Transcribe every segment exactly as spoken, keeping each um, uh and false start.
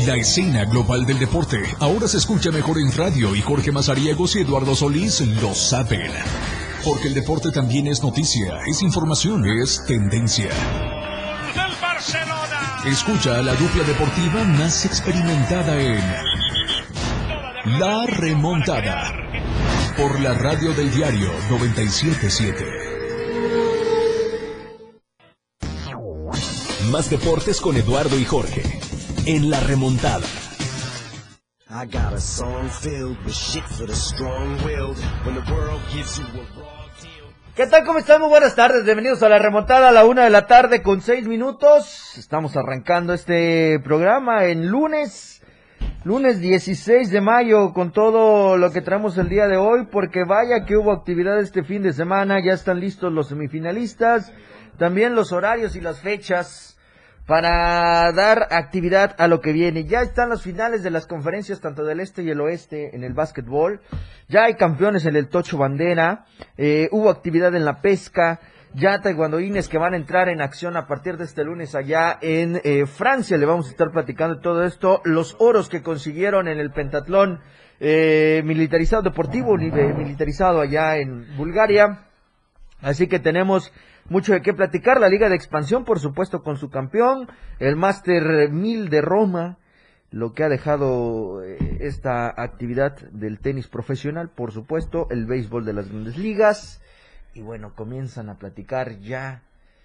La escena global del deporte ahora se escucha mejor en radio y Jorge Mazariegos y Eduardo Solís lo saben. Porque el deporte también es noticia, es información, es tendencia. ¡Del Barcelona! Escucha a la dupla deportiva más experimentada en La Remontada. Por la radio del diario noventa y siete punto siete. Más deportes con Eduardo y Jorge. En La Remontada. I got a song filled with shit for the strong-willed. When the world gives you a raw deal. ¿Qué tal? ¿Cómo están? Muy buenas tardes. Bienvenidos a La Remontada a la una de la tarde con seis minutos. Estamos arrancando este programa en lunes, lunes dieciséis de mayo, con todo lo que traemos el día de hoy, porque vaya que hubo actividad este fin de semana. Ya están listos los semifinalistas, también los horarios y las fechas para dar actividad a lo que viene. Ya están las finales de las conferencias tanto del este y el oeste en el básquetbol. Ya hay campeones en el Tocho Bandera. Eh, hubo actividad en la pesca. Ya taekwondoines que van a entrar en acción a partir de este lunes allá en eh, Francia. Le vamos a estar platicando de todo esto. Los oros que consiguieron en el pentatlón eh, militarizado, deportivo eh, militarizado allá en Bulgaria. Así que tenemos mucho de qué platicar. La Liga de Expansión, por supuesto, con su campeón, el Master mil de Roma, lo que ha dejado eh, esta actividad del tenis profesional, por supuesto, el béisbol de las grandes ligas, y bueno, comienzan a platicar ya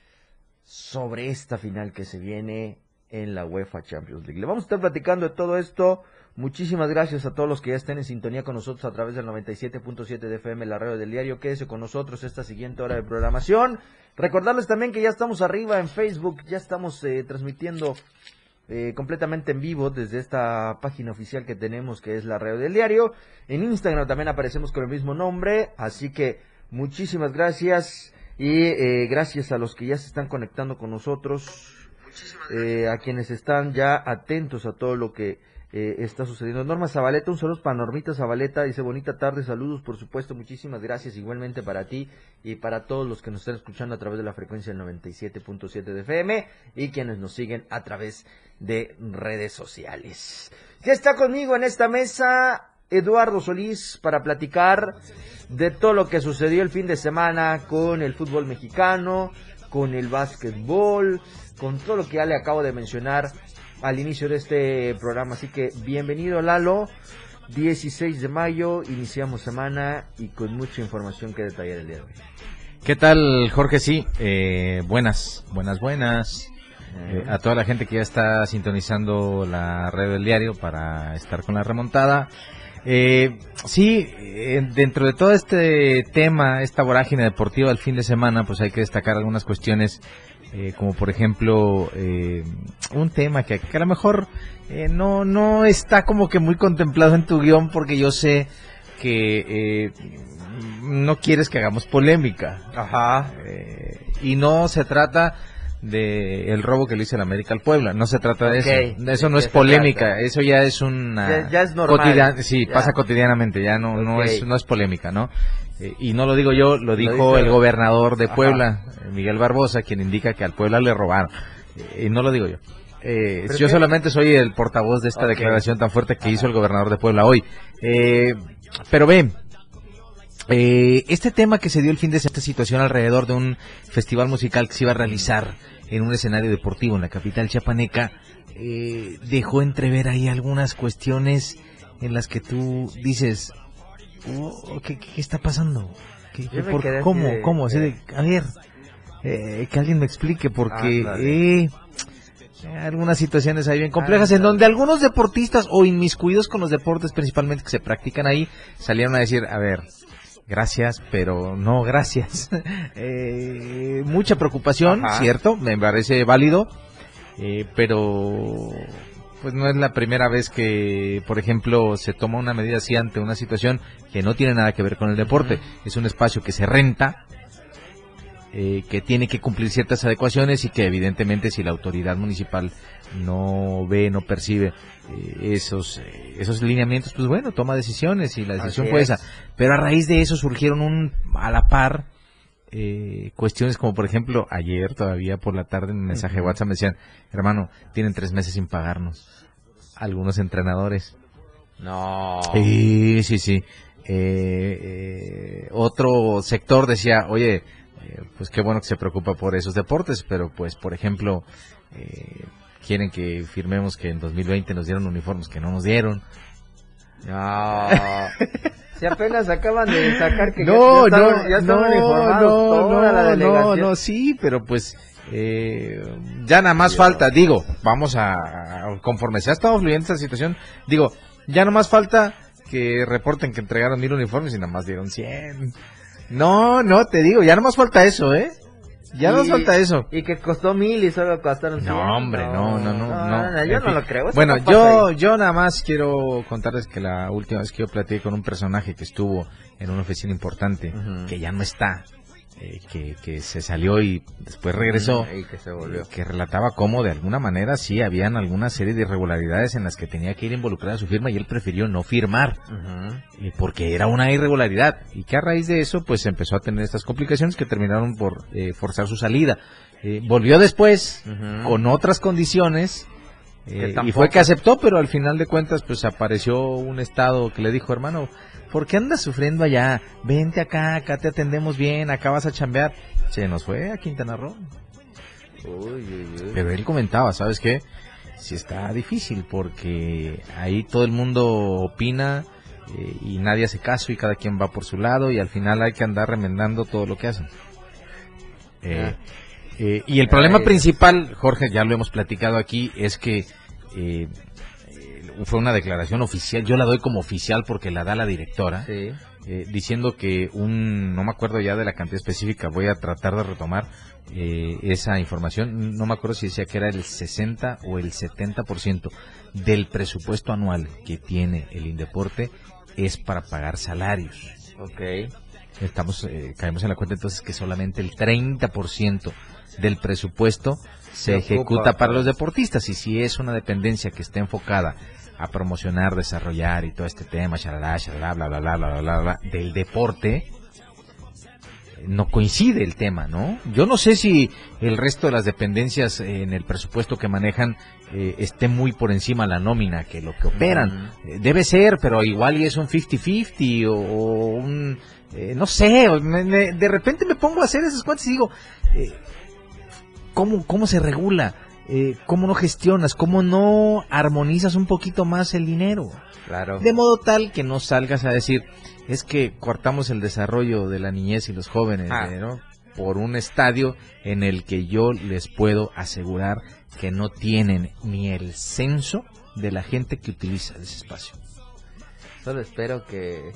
sobre esta final que se viene en la UEFA Champions League. Le vamos a estar platicando de todo esto. Muchísimas gracias a todos los que ya estén en sintonía con nosotros a través del noventa y siete punto siete de F M, la radio del diario. Quédese con nosotros esta siguiente hora de programación. Recordarles también que ya estamos arriba en Facebook, ya estamos eh, transmitiendo eh, completamente en vivo desde esta página oficial que tenemos, que es la radio del diario. En Instagram también aparecemos con el mismo nombre, así que muchísimas gracias y eh, gracias a los que ya se están conectando con nosotros, eh, a quienes están ya atentos a todo lo que Eh, está sucediendo. Norma Zabaleta, un saludo para Normita Zabaleta, dice bonita tarde, saludos por supuesto, muchísimas gracias igualmente para ti y para todos los que nos están escuchando a través de la frecuencia del noventa y siete punto siete de F M y quienes nos siguen a través de redes sociales. Ya está conmigo en esta mesa Eduardo Solís para platicar de todo lo que sucedió el fin de semana con el fútbol mexicano, con el básquetbol, con todo lo que ya le acabo de mencionar al inicio de este programa. Así que bienvenido, Lalo. Dieciséis de mayo, iniciamos semana y con mucha información que detallar el día de hoy. ¿Qué tal, Jorge? Sí, eh, buenas, buenas, buenas. Eh, a toda la gente que ya está sintonizando la red del diario para estar con la remontada. Eh, sí, eh, dentro de todo este tema, esta vorágine deportiva del fin de semana, pues hay que destacar algunas cuestiones. Eh, como por ejemplo eh, un tema que, que a lo mejor eh, no no está como que muy contemplado en tu guión, porque yo sé que eh, no quieres que hagamos polémica. Ajá. Eh, y no se trata de el robo que le hizo el América al Puebla, no se trata de okay. eso, eso no es polémica, eso ya es una ya, ya es normal, cotidian, sí, ya. pasa cotidianamente, ya no okay. no es no es polémica, ¿no? Eh, y no lo digo yo, lo dijo lo el gobernador de Puebla, Ajá. Miguel Barbosa, quien indica que al Puebla le robaron, eh, y no lo digo yo. Eh, yo qué? solamente soy el portavoz de esta okay. declaración tan fuerte que Ajá. hizo el gobernador de Puebla hoy. Eh, pero ven, eh, este tema que se dio el fin de semana, esta situación alrededor de un festival musical que se iba a realizar en un escenario deportivo en la capital chiapaneca, eh, dejó entrever ahí algunas cuestiones en las que tú dices, oh, ¿qué, qué está pasando? ¿Qué, qué, por, ¿Cómo? De, ¿Cómo? Así de, a ver, eh, que alguien me explique, porque ah, eh, algunas situaciones ahí bien complejas ah, en donde algunos deportistas o inmiscuidos con los deportes principalmente que se practican ahí salieron a decir, a ver, gracias, pero no gracias. eh, mucha preocupación, Ajá. cierto, me parece válido, eh, pero pues no es la primera vez que, por ejemplo, se toma una medida así ante una situación que no tiene nada que ver con el deporte. Uh-huh. Es un espacio que se renta, eh, que tiene que cumplir ciertas adecuaciones y que evidentemente si la autoridad municipal no ve, no percibe eh, esos eh, esos lineamientos, pues bueno, toma decisiones y la decisión fue esa. Pero a raíz de eso surgieron un a la par eh, cuestiones como, por ejemplo, ayer todavía por la tarde en un mensaje de WhatsApp me decían, hermano, tienen tres meses sin pagarnos. algunos entrenadores. No. Sí, sí, sí. Eh, eh, otro sector decía, oye, eh, pues qué bueno que se preocupa por esos deportes, pero pues, por ejemplo, eh, quieren que firmemos que en dos mil veinte nos dieron uniformes que no nos dieron. No. Si apenas acaban de sacar que no, ya, ya estaban, no, ya estaban no, uniformados no, toda no, la delegación. no, no, sí, pero pues eh, ya nada más Dios. falta, digo, vamos a, a conforme se ha estado fluyendo esta situación, digo, ya nada más falta que reporten que entregaron mil uniformes y nada más dieron cien. No, no, te digo, ya nada más falta eso, ¿eh? Ya y, nos falta eso. Y que costó mil y solo costaron cien. No, hombre, no, no, no. no, no, no yo no lo creo. Bueno, no yo yo nada más quiero contarles que la última vez que yo platiqué con un personaje que estuvo en una oficina importante, uh-huh. que ya no está, eh, que, que se salió y después regresó, uh-huh. y que se volvió. Eh, que relataba cómo de alguna manera sí habían alguna serie de irregularidades en las que tenía que ir involucrada su firma y él prefirió no firmar, uh-huh. porque era una irregularidad, y que a raíz de eso pues empezó a tener estas complicaciones que terminaron por eh, forzar su salida. Eh, volvió después uh-huh. con otras condiciones eh, y fue que aceptó, pero al final de cuentas pues apareció un estado que le dijo, hermano, ¿por qué andas sufriendo allá? Vente acá, acá te atendemos bien, acá vas a chambear. Se nos fue a Quintana Roo. Uy, uy, uy. Pero él comentaba, ¿sabes qué? Sí está difícil porque ahí todo el mundo opina eh, y nadie hace caso y cada quien va por su lado y al final hay que andar remendando todo lo que hacen. Eh, ah. eh, y el problema Ay. principal, Jorge, ya lo hemos platicado aquí, es que eh, fue una declaración oficial, yo la doy como oficial porque la da la directora, sí. eh, diciendo que un, no me acuerdo ya de la cantidad específica, voy a tratar de retomar eh, esa información, no me acuerdo si decía que era el sesenta o el setenta por ciento del presupuesto anual que tiene el Indeporte es para pagar salarios. Okay. Estamos, eh, caemos en la cuenta entonces que solamente el treinta por ciento del presupuesto se, se ejecuta ocupa, para los deportistas, y si es una dependencia que esté enfocada a promocionar, desarrollar y todo este tema, shalala, shalala, bla, bla, bla, bla, bla, bla, del deporte, no coincide el tema, ¿no? Yo no sé si el resto de las dependencias eh, en el presupuesto que manejan eh, esté muy por encima la nómina que lo que operan. Uh-huh. Eh, debe ser, pero igual y es un cincuenta cincuenta o, o un... Eh, no sé, me, me, de repente me pongo a hacer esas cuentas y digo, eh, ¿cómo, cómo se regula? Eh, ¿Cómo no gestionas? ¿Cómo no armonizas un poquito más el dinero? Claro. De modo tal que no salgas a decir, es que cortamos el desarrollo de la niñez y los jóvenes, ah. eh, ¿no? Por un estadio en el que yo les puedo asegurar que no tienen ni el censo de la gente que utiliza ese espacio. Solo espero que,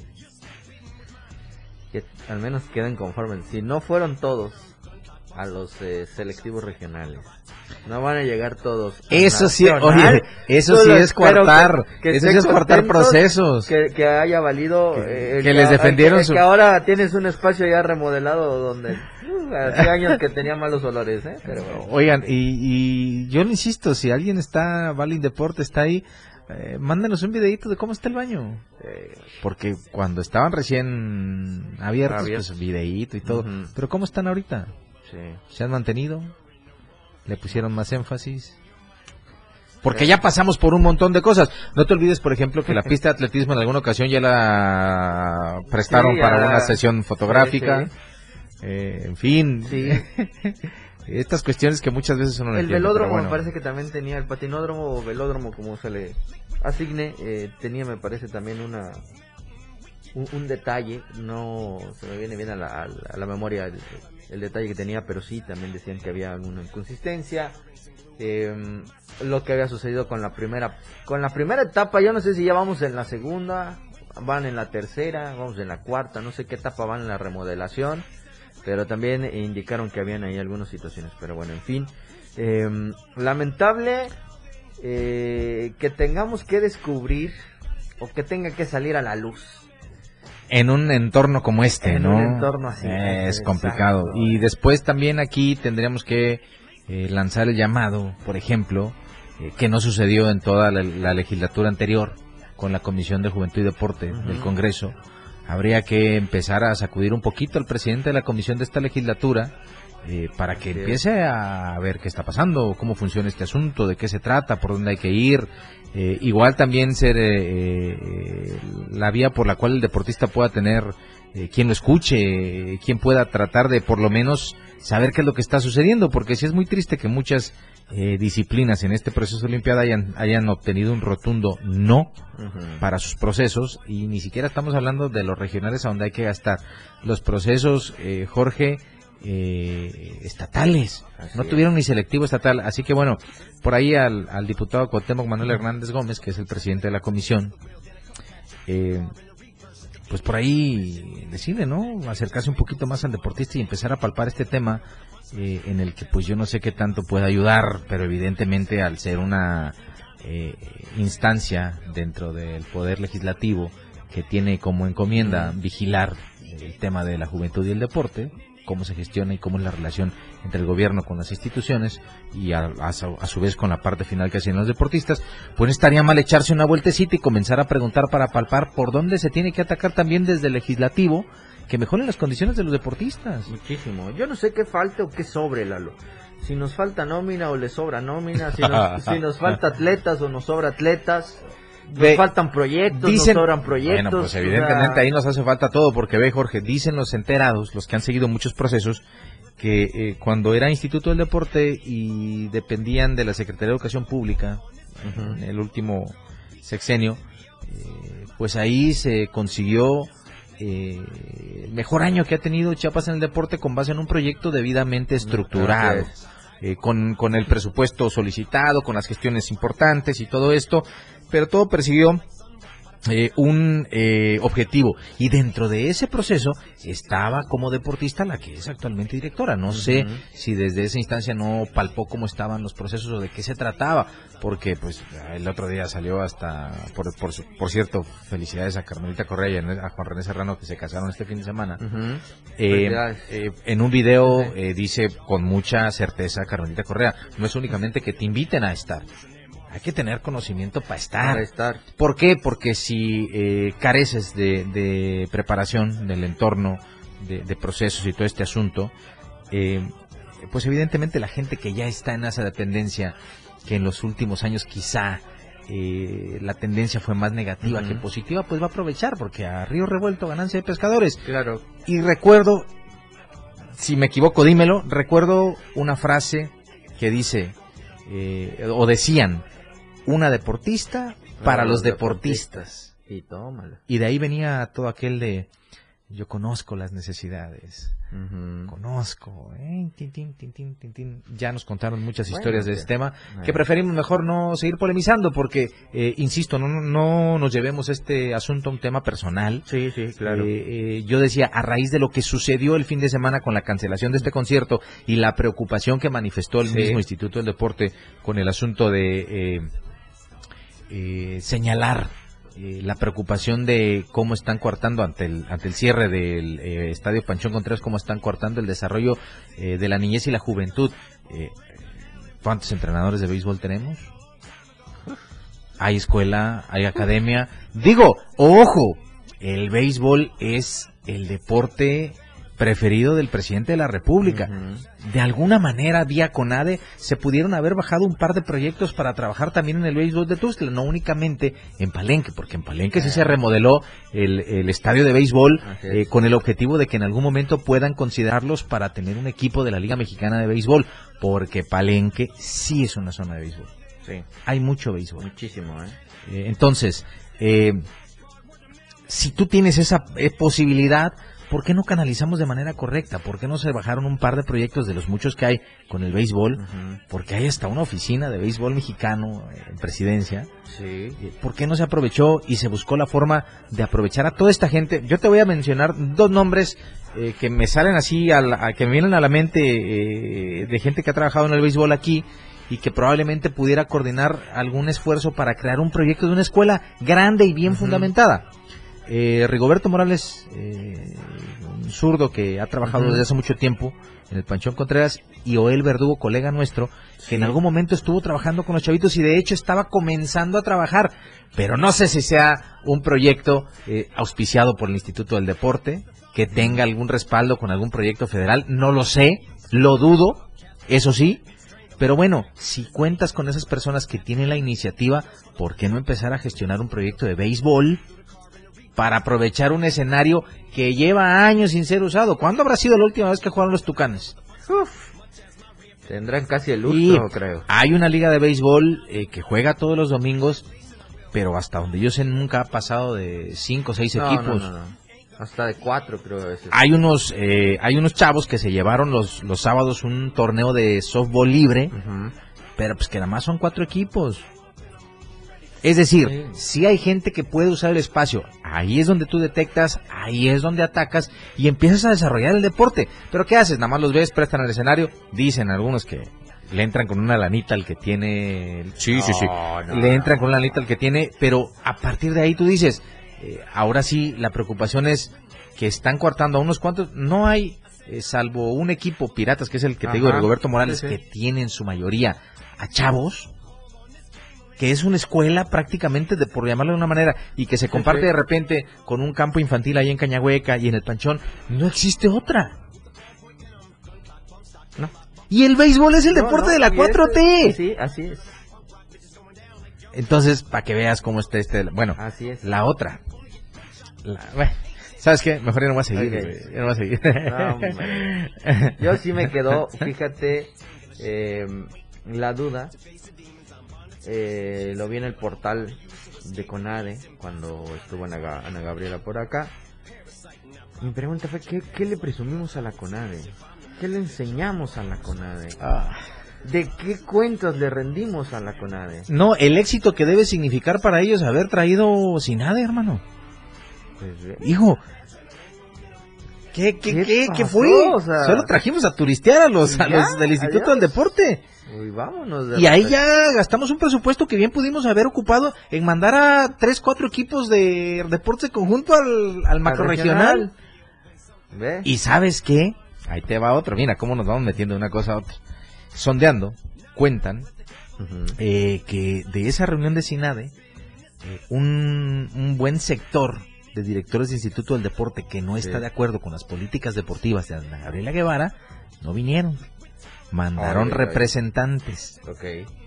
que al menos queden conformes. Si no fueron todos a los eh, selectivos regionales, no van a llegar todos. Eso sí, oye, eso sí es coartar, que, que eso sí es coartar procesos. Que, que haya valido, que, eh, que les defendieron que, su... que ahora tienes un espacio ya remodelado donde uh, hace años que tenía malos olores, ¿eh? Pero bueno. Oigan, y, y yo le insisto, si alguien está, Valin Deporte está ahí, eh, mándenos un videito de cómo está el baño. Eh, porque cuando estaban recién abiertos, Abierto. pues videíto y todo. Uh-huh. Pero ¿cómo están ahorita? Sí. ¿Se han mantenido? ¿Le pusieron más énfasis? Porque ya pasamos por un montón de cosas. No te olvides, por ejemplo, que la pista de atletismo en alguna ocasión ya la prestaron sí, para la... una sesión fotográfica. Sí, sí. Eh, en fin. Sí. Estas cuestiones que muchas veces uno no El entiende, velódromo bueno. me parece que también tenía, el patinódromo o velódromo, como se le asigne, eh, tenía, me parece, también una... Un, un detalle, no se me viene bien a la, a la, a la memoria el, el detalle que tenía, pero sí, también decían que había alguna inconsistencia. Eh, lo que había sucedido con la primera con la primera etapa, yo no sé si ya vamos en la segunda, van en la tercera, vamos en la cuarta, no sé qué etapa van en la remodelación, pero también indicaron que habían ahí algunas situaciones, pero bueno, en fin, eh, lamentable eh, que tengamos que descubrir o que tenga que salir a la luz en un entorno como este, en ¿no? Un entorno así. Eh, es complicado. Exacto. Y después también aquí tendríamos que eh, lanzar el llamado, por ejemplo, eh, que no sucedió en toda la, la legislatura anterior con la Comisión de Juventud y Deporte uh-huh. del Congreso. Habría que empezar a sacudir un poquito al presidente de la comisión de esta legislatura eh, para que empiece a ver qué está pasando, cómo funciona este asunto, de qué se trata, por dónde hay que ir. Eh, igual también ser eh, eh, la vía por la cual el deportista pueda tener eh, quien lo escuche, eh, quien pueda tratar de por lo menos saber qué es lo que está sucediendo, porque sí es muy triste que muchas eh, disciplinas en este proceso de Olimpiada hayan, hayan obtenido un rotundo no uh-huh. para sus procesos, y ni siquiera estamos hablando de los regionales a donde hay que gastar. Los procesos, eh, Jorge, eh, estatales, así no es. Tuvieron ni selectivo estatal, así que bueno, por ahí al, al diputado Cuauhtémoc Manuel Hernández Gómez, que es el presidente de la comisión, eh, pues por ahí decide, ¿no?, acercarse un poquito más al deportista y empezar a palpar este tema, eh, en el que pues yo no sé qué tanto puede ayudar, pero evidentemente al ser una eh, instancia dentro del Poder Legislativo que tiene como encomienda vigilar el tema de la juventud y el deporte, cómo se gestiona y cómo es la relación entre el gobierno con las instituciones y a, a, a su vez con la parte final que hacen los deportistas, pues estaría mal echarse una vueltecita y comenzar a preguntar para palpar por dónde se tiene que atacar también desde el legislativo, que mejoren las condiciones de los deportistas. Muchísimo. Yo no sé qué falte o qué sobre, Lalo. Si nos falta nómina o le sobra nómina, si nos, si nos falta atletas o nos sobra atletas. Nos ve, faltan proyectos, dicen, nos sobran proyectos. Bueno, pues evidentemente o sea... ahí nos hace falta todo, porque ve, Jorge, dicen los enterados, los que han seguido muchos procesos, que eh, cuando era Instituto del Deporte y dependían de la Secretaría de Educación Pública, uh-huh. en el último sexenio, eh, pues ahí se consiguió eh, el mejor año que ha tenido Chiapas en el deporte con base en un proyecto debidamente estructurado. Okay. Eh, con, con el presupuesto solicitado, con las gestiones importantes y todo esto, pero todo persiguió eh, un eh, objetivo, y dentro de ese proceso estaba como deportista la que es actualmente directora. No uh-huh. sé si desde esa instancia no palpó cómo estaban los procesos o de qué se trataba, porque pues el otro día salió hasta, por, por, por cierto, felicidades a Carmelita Correa y a Juan René Serrano, que se casaron este fin de semana. Uh-huh. eh, eh, en un video eh, dice con mucha certeza Carmelita Correa, no es únicamente que te inviten a estar, hay que tener conocimiento para estar. Para estar. ¿Por qué? Porque si eh, careces de, de preparación del entorno, de, de procesos y todo este asunto, eh, pues evidentemente la gente que ya está en esa dependencia, que en los últimos años quizá eh, la tendencia fue más negativa uh-huh. que positiva, pues va a aprovechar, porque a río revuelto ganancia de pescadores. Claro. Y recuerdo, si me equivoco dímelo, recuerdo una frase que dice, eh, o decían, una deportista para, para los, los deportistas. deportistas. Y tómala. Y de ahí venía todo aquel de, yo conozco las necesidades, uh-huh. conozco, eh, tin, tin, tin, tin, tin, tin. Ya nos contaron muchas bueno, historias de este tema, bueno. que preferimos mejor no seguir polemizando, porque, eh, insisto, no, no nos llevemos este asunto a un tema personal. Sí, sí, claro. Eh, eh, yo decía, a raíz de lo que sucedió el fin de semana con la cancelación de este concierto y la preocupación que manifestó el sí. mismo Instituto del Deporte con el asunto de eh, eh, señalar Eh, la preocupación de cómo están coartando ante el ante el cierre del eh, Estadio Panchón Contreras, cómo están coartando el desarrollo eh, de la niñez y la juventud. Eh, ¿Cuántos entrenadores de béisbol tenemos? Hay escuela, hay academia. Digo, ojo, el béisbol es el deporte preferido del presidente de la República. Uh-huh. De alguna manera, vía CONADE, se pudieron haber bajado un par de proyectos para trabajar también en el béisbol de Tuxtla, no únicamente en Palenque, porque en Palenque uh-huh. sí se remodeló el, el estadio de béisbol uh-huh. eh, con el objetivo de que en algún momento puedan considerarlos para tener un equipo de la Liga Mexicana de Béisbol, porque Palenque sí es una zona de béisbol. Sí. Hay mucho béisbol. Muchísimo, ¿eh? eh entonces, eh, si tú tienes esa eh, posibilidad, ¿por qué no canalizamos de manera correcta? ¿Por qué no se bajaron un par de proyectos de los muchos que hay con el béisbol? Uh-huh. Porque hay hasta una oficina de béisbol mexicano en presidencia. Sí. ¿Por qué no se aprovechó y se buscó la forma de aprovechar a toda esta gente? Yo te voy a mencionar dos nombres eh, que me salen así, a, la, a que me vienen a la mente eh, de gente que ha trabajado en el béisbol aquí y que probablemente pudiera coordinar algún esfuerzo para crear un proyecto de una escuela grande y bien uh-huh. fundamentada. Eh, Rigoberto Morales, eh, un zurdo que ha trabajado uh-huh. desde hace mucho tiempo en el Panchón Contreras, y Oel Verdugo, colega nuestro, que sí. en algún momento estuvo trabajando con los chavitos y de hecho estaba comenzando a trabajar, pero no sé si sea un proyecto eh, auspiciado por el Instituto del Deporte, que tenga algún respaldo con algún proyecto federal, no lo sé, Lo dudo, eso sí, pero bueno, si cuentas con esas personas que tienen la iniciativa, ¿por qué no empezar a gestionar un proyecto de béisbol para aprovechar un escenario que lleva años sin ser usado? ¿Cuándo habrá sido la última vez que jugaron los Tucanes? Uf, tendrán casi el Y lustro, creo. hay una liga de béisbol eh, que juega todos los domingos, pero hasta donde yo sé nunca ha pasado de cinco o seis No, equipos. no, no, no. Hasta de cuatro, creo. A veces. Hay unos eh, hay unos chavos que se llevaron los, los sábados un torneo de softball libre, Uh-huh. pero pues que nada más son cuatro equipos. Es decir, Sí. si hay gente que puede usar el espacio, ahí es donde tú detectas, ahí es donde atacas y empiezas a desarrollar el deporte. Pero ¿qué haces? Nada más los ves, prestan el escenario, dicen algunos que le entran con una lanita al que tiene... Sí, sí, sí. No, no, Le entran no. con una lanita al que tiene, pero a partir de ahí tú dices, eh, ahora sí, la preocupación es que están coartando a unos cuantos. No hay, eh, salvo un equipo Piratas, que es el que te digo, Ajá. Rigoberto Morales, Sí, sí. que tiene en su mayoría a chavos, que es una escuela prácticamente, de por llamarlo de una manera, y que se comparte sí. de repente con un campo infantil ahí en Cañahueca y en el Panchón. No existe otra. No. Y el béisbol es el No, deporte no, de la y cuatro T. este- Sí, así es. Entonces, para que veas cómo está este... Bueno, Así es. la otra. La- bueno, ¿sabes qué? Mejor ya no voy a seguir. Ok. güey, Ya no voy a seguir. No, hombre. Yo sí me quedó, fíjate, eh, la duda. Eh, lo vi en el portal de CONADE cuando estuvo Ana, Ga- Ana Gabriela por acá. Mi pregunta fue, ¿qué, ¿qué le presumimos a la CONADE? ¿Qué le enseñamos a la CONADE? Ah. ¿De qué cuentas le rendimos a la CONADE? No, el éxito que debe significar para ellos haber traído Sinade, hermano. Pues, ve. Hijo, ¿qué, qué, ¿Qué qué, qué pasó? fue? O sea, Solo trajimos a turistear a los, a ya, los del Instituto adiós. del Deporte. Uy, vámonos. de Y ahí repente. ya gastamos un presupuesto que bien pudimos haber ocupado en mandar a tres, cuatro equipos de deporte conjunto al, al macro regional. ¿Ve? Y ¿sabes qué? Ahí te va otro. Mira cómo nos vamos metiendo de una cosa a otra. Sondeando, cuentan Ujú. eh, que de esa reunión de Sinade, eh, un, un buen sector de directores de Instituto del Deporte que no está Sí. de acuerdo con las políticas deportivas de Ana Gabriela Guevara, no vinieron. Mandaron Ay, ay, ay. representantes. Ok.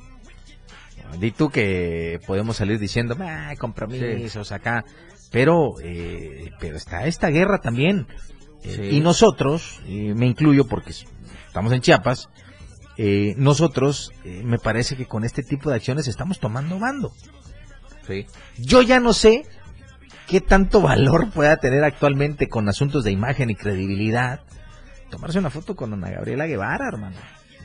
Di tú que podemos salir diciendo, ah, compromisos acá, pero eh, pero está esta guerra también. Eh, Sí. Y nosotros, y me incluyo porque estamos en Chiapas, eh, nosotros eh, me parece que con este tipo de acciones estamos tomando bando. Sí. Yo ya no sé qué tanto valor pueda tener actualmente con asuntos de imagen y credibilidad tomarse una foto con Ana Gabriela Guevara, hermano.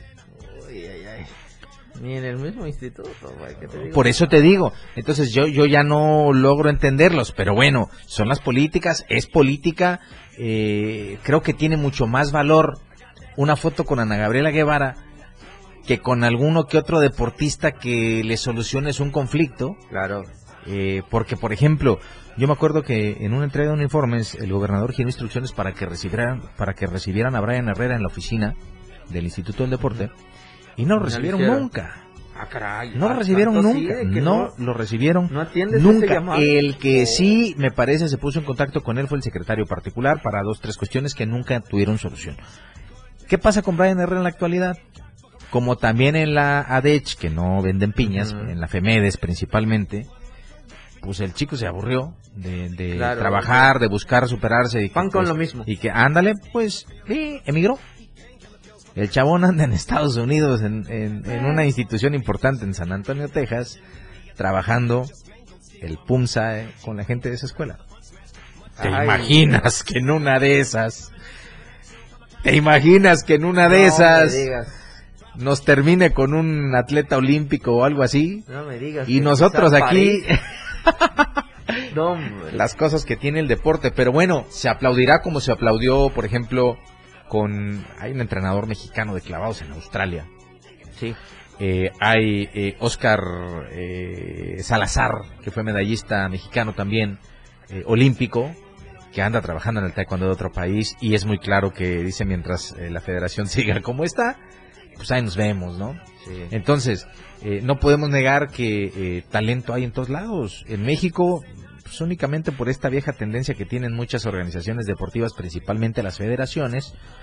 Uy, ay, ay. Ni en el mismo instituto, güey, ¿qué te digo? Por eso te digo, entonces yo yo ya no logro entenderlos, pero bueno, son las políticas, es política, eh, creo que tiene mucho más valor una foto con Ana Gabriela Guevara que con alguno que otro deportista que le soluciones un conflicto, Claro. eh, porque por ejemplo, yo me acuerdo que en una entrega de uniformes el gobernador giró instrucciones para que recibieran para que recibieran a Brian Herrera en la oficina del Instituto del Deporte y no lo No lo recibieron hicieron. nunca. Ah, caray. No lo ah, recibieron tanto nunca, sí, de que no lo recibieron no atiendes ese nunca. llamado. El que Oh. sí, me parece, se puso en contacto con él fue el secretario particular para dos, tres cuestiones que nunca tuvieron solución. ¿Qué pasa con Brian Herrera en la actualidad? Como también en la A D E C H, que no venden piñas, Ujú. en la FEMEDES principalmente, pues el chico se aburrió de, de Claro, trabajar, de buscar superarse. Y que, Van con pues, lo mismo. Y que, ándale, pues, sí, emigró. El chabón anda en Estados Unidos, en, en, en una institución importante en San Antonio, Texas, trabajando el PUMSA eh, con la gente de esa escuela. ¿Te Ay. imaginas que en una de esas, te imaginas que en una de No esas me digas, nos termine con un atleta olímpico o algo así? no me digas. Y que nosotros quizá aquí, París- No, hombre. las cosas que tiene el deporte, pero bueno, se aplaudirá como se aplaudió, por ejemplo, con, hay un entrenador mexicano de clavados en Australia. Sí. Eh, hay eh, Oscar eh, Salazar, que fue medallista mexicano también, eh, olímpico, que anda trabajando en el taekwondo de otro país, y es muy claro que dice mientras eh, la federación siga como está, pues ahí nos vemos, ¿no? Sí. Entonces, eh, no podemos negar que eh, talento hay en todos lados. En México, pues únicamente por esta vieja tendencia que tienen muchas organizaciones deportivas, principalmente las federaciones,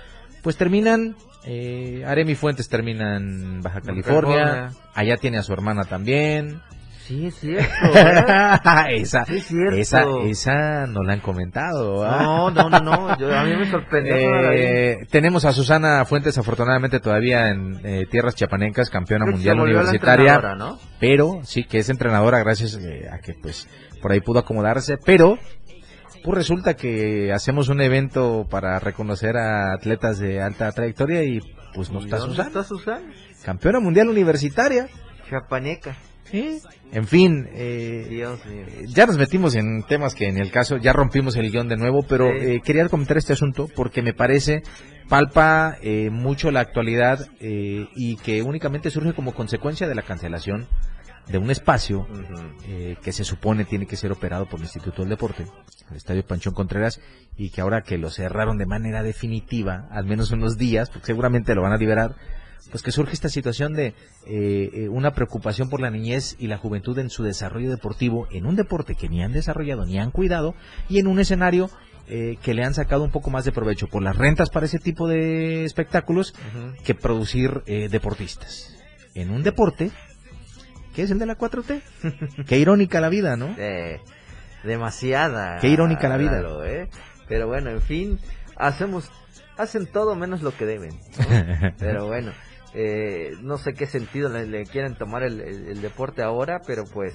pues terminan, eh, Aremi Fuentes termina en Baja California, California, allá tiene a su hermana también. Sí, es cierto. ¿eh? esa, sí, es cierto. esa, esa no la han comentado. ¿eh? No, no, no, no. Yo, a mí me sorprendió. Eh, tenemos a Susana Fuentes, afortunadamente todavía en eh, tierras chiapanecas, campeona Creo mundial universitaria. ¿No? Pero sí que es entrenadora gracias eh, a que pues por ahí pudo acomodarse. Pero pues resulta que hacemos un evento para reconocer a atletas de alta trayectoria y pues no está Susana. está Susana? Campeona mundial universitaria. Chiapaneca. ¿Sí? En fin, eh, Dios mío. ya nos metimos en temas que en el caso ya rompimos el guión de nuevo, pero sí. eh, quería comentar este asunto porque me parece palpa eh, mucho la actualidad eh, y que únicamente surge como consecuencia de la cancelación de un espacio uh-huh. eh, que se supone tiene que ser operado por el Instituto del Deporte, el Estadio Panchón Contreras, y que ahora que lo cerraron de manera definitiva, al menos unos días, porque seguramente lo van a liberar, pues que surge esta situación de eh, una preocupación por la niñez y la juventud en su desarrollo deportivo, en un deporte que ni han desarrollado ni han cuidado, y en un escenario eh, que le han sacado un poco más de provecho por las rentas para ese tipo de espectáculos uh-huh. que producir eh, deportistas. En un deporte que es el de la cuatro T. Qué irónica la vida, ¿no? Eh, demasiada. Qué irónica la vida. Claro, ¿eh? Pero bueno, en fin, hacemos, hacen todo menos lo que deben, ¿no? Pero bueno. Eh, no sé qué sentido le, le quieren tomar el, el, el deporte ahora, pero pues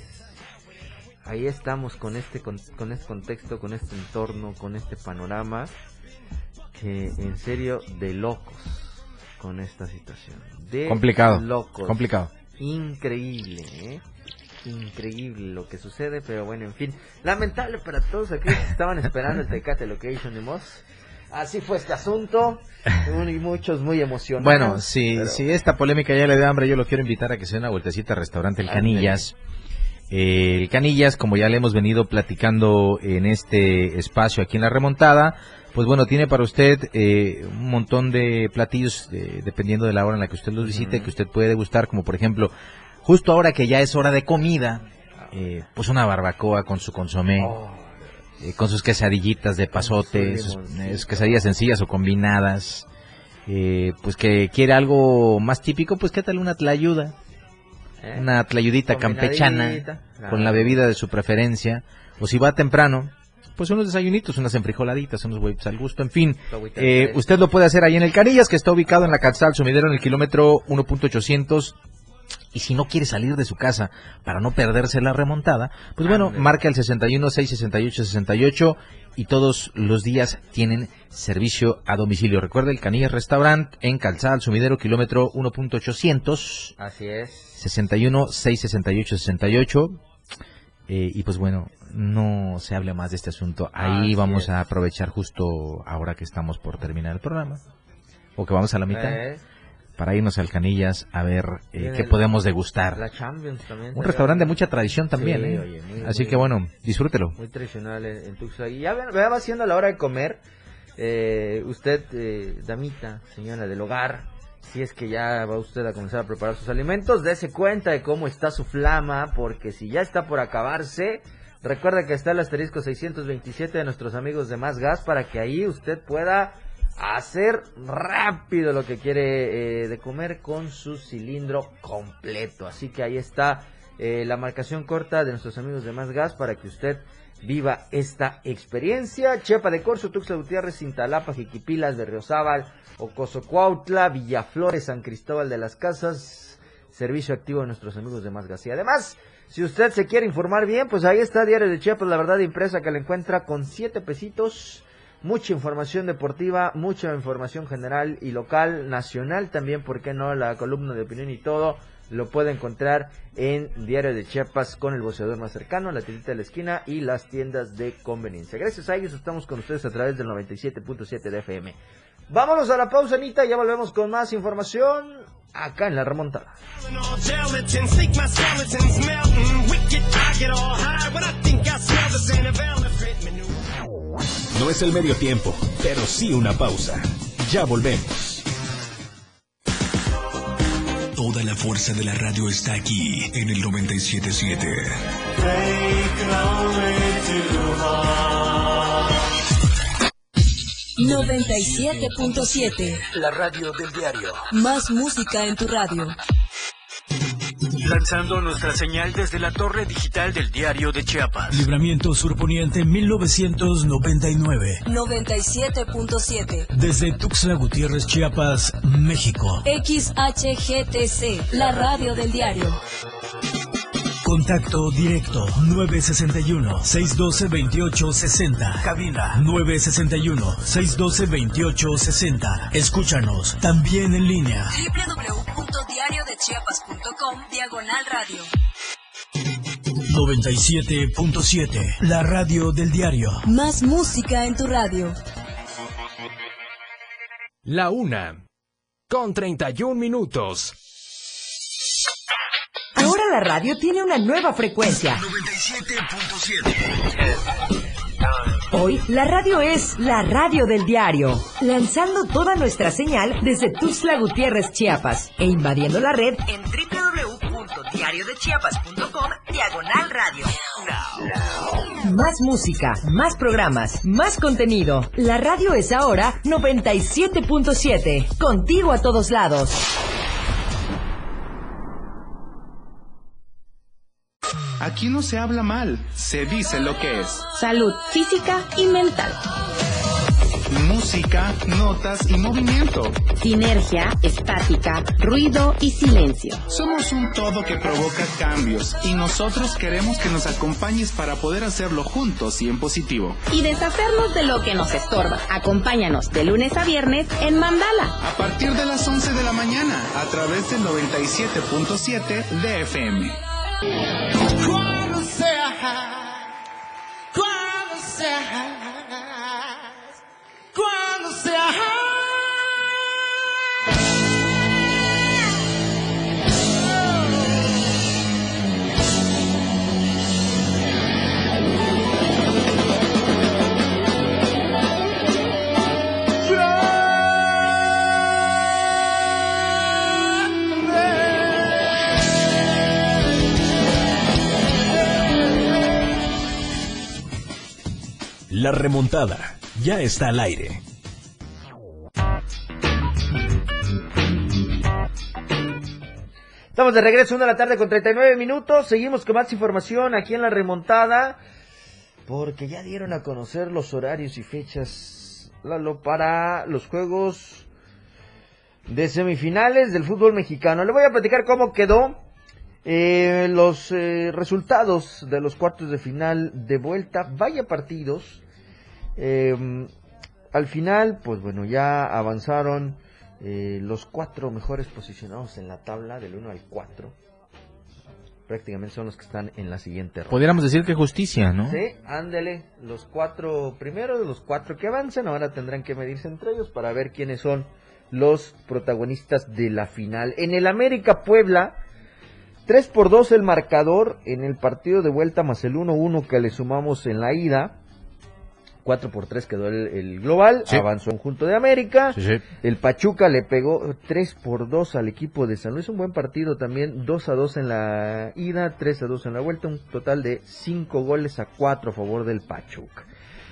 ahí estamos con este con, con este contexto, con este entorno, con este panorama que en serio de locos con esta situación. De complicado. Locos. Complicado. Increíble, ¿eh? Increíble lo que sucede, pero bueno, en fin, lamentable para todos aquellos que estaban esperando el Tecate Location de Moss. Así fue este asunto, y muchos muy emocionados. Bueno, si, pero... si esta polémica ya le da hambre, yo lo quiero invitar a que se dé una vueltecita al restaurante El Canillas. Eh, el Canillas, como ya le hemos venido platicando en este espacio aquí en La Remontada, pues bueno, tiene para usted eh, un montón de platillos, eh, dependiendo de la hora en la que usted los visite, uh-huh. que usted puede degustar, como por ejemplo, justo ahora que ya es hora de comida, eh, pues una barbacoa con su consomé. Oh. Eh, con sus quesadillitas de pasote, sus, eh, sus quesadillas sencillas o combinadas, eh, pues que quiere algo más típico, pues qué tal una tlayuda, ¿Eh? una tlayudita campechana, claro. con la bebida de su preferencia, o si va temprano, pues unos desayunitos, unas enfrijoladitas, unos huevos al gusto, en fin, eh, usted lo puede hacer ahí en el Canillas, que está ubicado en la Calzada Sumidero en el kilómetro uno punto ochocientos. Y si no quiere salir de su casa para no perderse la remontada, pues bueno, Ande. marca el sesenta y uno, seiscientos sesenta y ocho, sesenta y ocho y todos los días tienen servicio a domicilio. Recuerda, el Canillas Restaurant en Calzada al Sumidero, kilómetro uno punto ochocientos. Así es. sesenta y uno, seiscientos sesenta y ocho, sesenta y ocho. Eh, y pues bueno, no se hable más de este asunto. Ahí Así vamos es. a aprovechar justo ahora que estamos por terminar el programa. O que vamos a la mitad. Eh. Para irnos al Canillas a ver eh, qué el, podemos degustar. La Champions también. Un restaurante de mucha tradición también, sí, ¿eh? Oye, muy, Así muy, que bueno, disfrútelo. Muy tradicional en, en Tuxtla. Y ya va siendo la hora de comer. Eh, usted, eh, damita, señora del hogar, si es que ya va usted a comenzar a preparar sus alimentos, dése cuenta de cómo está su flama, porque si ya está por acabarse, recuerda que está el asterisco seiscientos veintisiete de nuestros amigos de Más Gas, para que ahí usted pueda hacer rápido lo que quiere eh, de comer con su cilindro completo. Así que ahí está eh, la marcación corta de nuestros amigos de Más Gas para que usted viva esta experiencia. Chepa de Corzo, Tuxtla Gutiérrez, Cintalapa, Jiquipilas, Berriozábal, Ocoso Cuautla, Villaflores, San Cristóbal de las Casas. Servicio activo de nuestros amigos de Más Gas. Y además, si usted se quiere informar bien, pues ahí está Diario de Chiapas, la verdad impresa, que le encuentra con siete pesitos. Mucha información deportiva, mucha información general y local, nacional también, ¿por qué no? La columna de opinión y todo lo puede encontrar en Diario de Chiapas, con el boceador más cercano, la tiendita de la esquina y las tiendas de conveniencia. Gracias a ellos estamos con ustedes a través del noventa y siete punto siete de F M. Vámonos a la pausa, Anita, ya volvemos con más información acá en La Remontada. No es el medio tiempo, pero sí una pausa. Ya volvemos. Toda la fuerza de la radio está aquí en el noventa y siete punto siete. noventa y siete punto siete. La radio del diario. Más música en tu radio. Lanzando nuestra señal desde la torre digital del Diario de Chiapas. Libramiento Surponiente mil novecientos noventa y nueve. noventa y siete punto siete. Desde Tuxtla Gutiérrez, Chiapas, México. X H G T C, la radio del diario. Contacto directo nueve sesenta y uno, seiscientos doce, veintiocho sesenta. Cabina nueve sesenta y uno, seiscientos doce, veintiocho sesenta. Escúchanos también en línea. doble u doble u doble u punto diario de chiapas punto com diagonal radio. noventa y siete punto siete. La radio del diario. Más música en tu radio. La una. Con treinta y un minutos. Ahora la radio tiene una nueva frecuencia. noventa y siete punto siete. Hoy la radio es la radio del diario, lanzando toda nuestra señal desde Tuxtla Gutiérrez, Chiapas, e invadiendo la red en doble u doble u doble u punto diario de chiapas punto com diagonal radio. Más música, más programas, más contenido. La radio es ahora noventa y siete punto siete, contigo a todos lados. Aquí no se habla mal, se dice lo que es. Salud física y mental. Música, notas y movimiento. Sinergia, estática, ruido y silencio. Somos un todo que provoca cambios y nosotros queremos que nos acompañes para poder hacerlo juntos y en positivo. Y deshacernos de lo que nos estorba. Acompáñanos de lunes a viernes en Mandala. A partir de las once de la mañana, a través del noventa y siete punto siete de F M. Cuando seas, cuando seas, cuando seas. La remontada ya está al aire. Estamos de regreso, una de la tarde con treinta y nueve minutos. Seguimos con más información aquí en la remontada, porque ya dieron a conocer los horarios y fechas, Lalo, para los juegos de semifinales del fútbol mexicano. Le voy a platicar cómo quedó eh, los eh, resultados de los cuartos de final de vuelta. Vaya partidos. Eh, al final, pues bueno, ya avanzaron eh, los cuatro mejores posicionados en la tabla, del uno al cuatro. Prácticamente son los que están en la siguiente ronda. Podríamos decir que justicia, ¿no? Sí, ándele, los cuatro primeros, los cuatro que avancen, ahora tendrán que medirse entre ellos para ver quiénes son los protagonistas de la final. En el América Puebla, tres por dos el marcador en el partido de vuelta, más el uno uno que le sumamos en la ida. cuatro por tres quedó el, el global, sí. Avanzó el conjunto de América, sí, sí. El Pachuca le pegó tres por dos al equipo de San Luis, un buen partido también, dos a dos en la ida, tres a dos en la vuelta, un total de cinco goles a cuatro a favor del Pachuca.